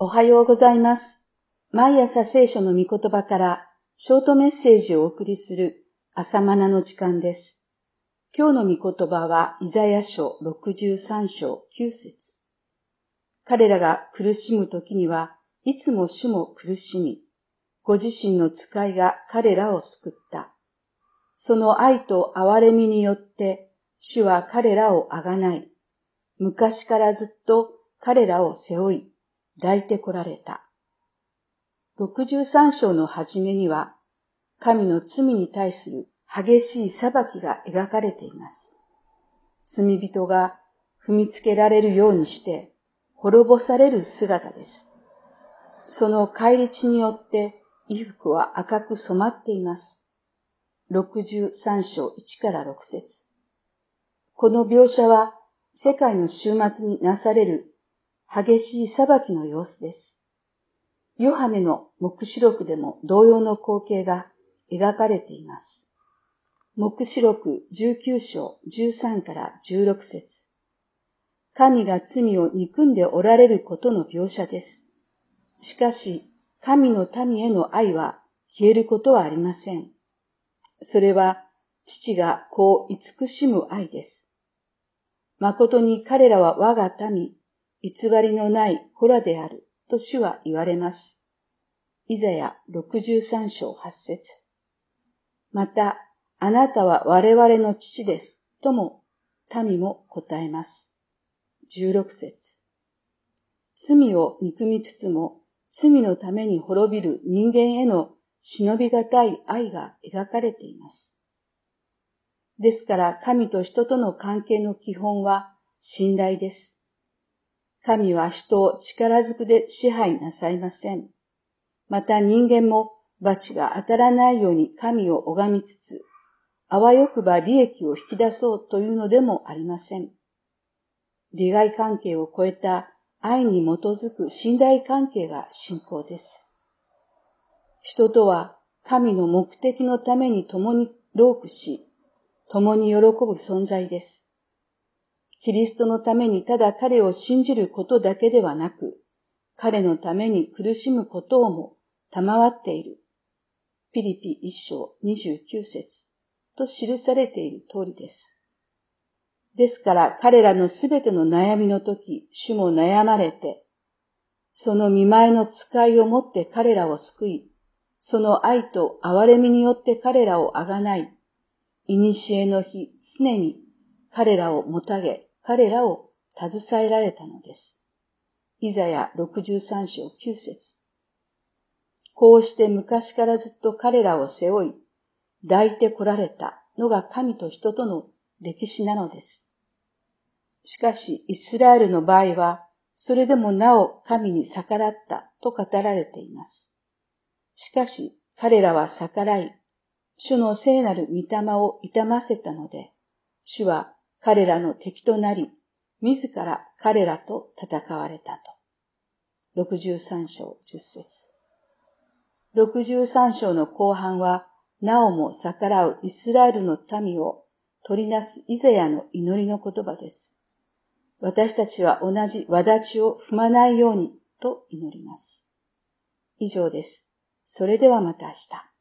おはようございます。毎朝聖書の御言葉からショートメッセージをお送りする朝マナの時間です。今日の御言葉はイザヤ書63章9節。彼らが苦しむ時にはいつも主も苦しみ、ご自身の使いが彼らを救った。その愛と憐れみによって主は彼らをあがない。昔からずっと彼らを背負い、抱いてこられた。63章の初めには、神の罪に対する激しい裁きが描かれています。罪人が踏みつけられるようにして滅ぼされる姿です。その返り血によって衣服は赤く染まっています。63章1から6節。この描写は世界の終末になされる激しい裁きの様子です。ヨハネの黙示録でも同様の光景が描かれています。黙示録19章13から16節。神が罪を憎んでおられることの描写です。しかし、神の民への愛は消えることはありません。それは、父が子を慈しむ愛です。誠に彼らは我が民、偽りのない子らである、と主は言われます。イザヤ63章8節。また、あなたは我々の父です、とも民も答えます。16節。罪を憎みつつも、罪のために滅びる人間への忍びがたい愛が描かれています。ですから神と人との関係の基本は信頼です。神は人を力ずくで支配なさいません。また人間も罰が当たらないように神を拝みつつ、あわよくば利益を引き出そうというのでもありません。利害関係を超えた愛に基づく信頼関係が信仰です。人とは神の目的のために共に労苦し、共に喜ぶ存在です。キリストのためにただ彼を信じることだけではなく、彼のために苦しむことをも賜っている。ピリピ1章29節と記されている通りです。ですから彼らのすべての悩みの時、主も悩まれて、その見舞いの使いをもって彼らを救い、その愛と憐れみによって彼らをあがない、いにしえの日、常に彼らをもたげ、彼らを携えられたのです。イザヤ63章9節。こうして昔からずっと彼らを背負い、抱いてこられたのが神と人との歴史なのです。しかし、イスラエルの場合は、それでもなお神に逆らったと語られています。しかし、彼らは逆らい、主の聖なる御霊を痛ませたので、主は彼らの敵となり、自ら彼らと戦われたと。63章10節。63章の後半は、なおも逆らうイスラエルの民を取りなすイザヤの祈りの言葉です。私たちは同じ轍を踏まないようにと祈ります。以上です。それではまた明日。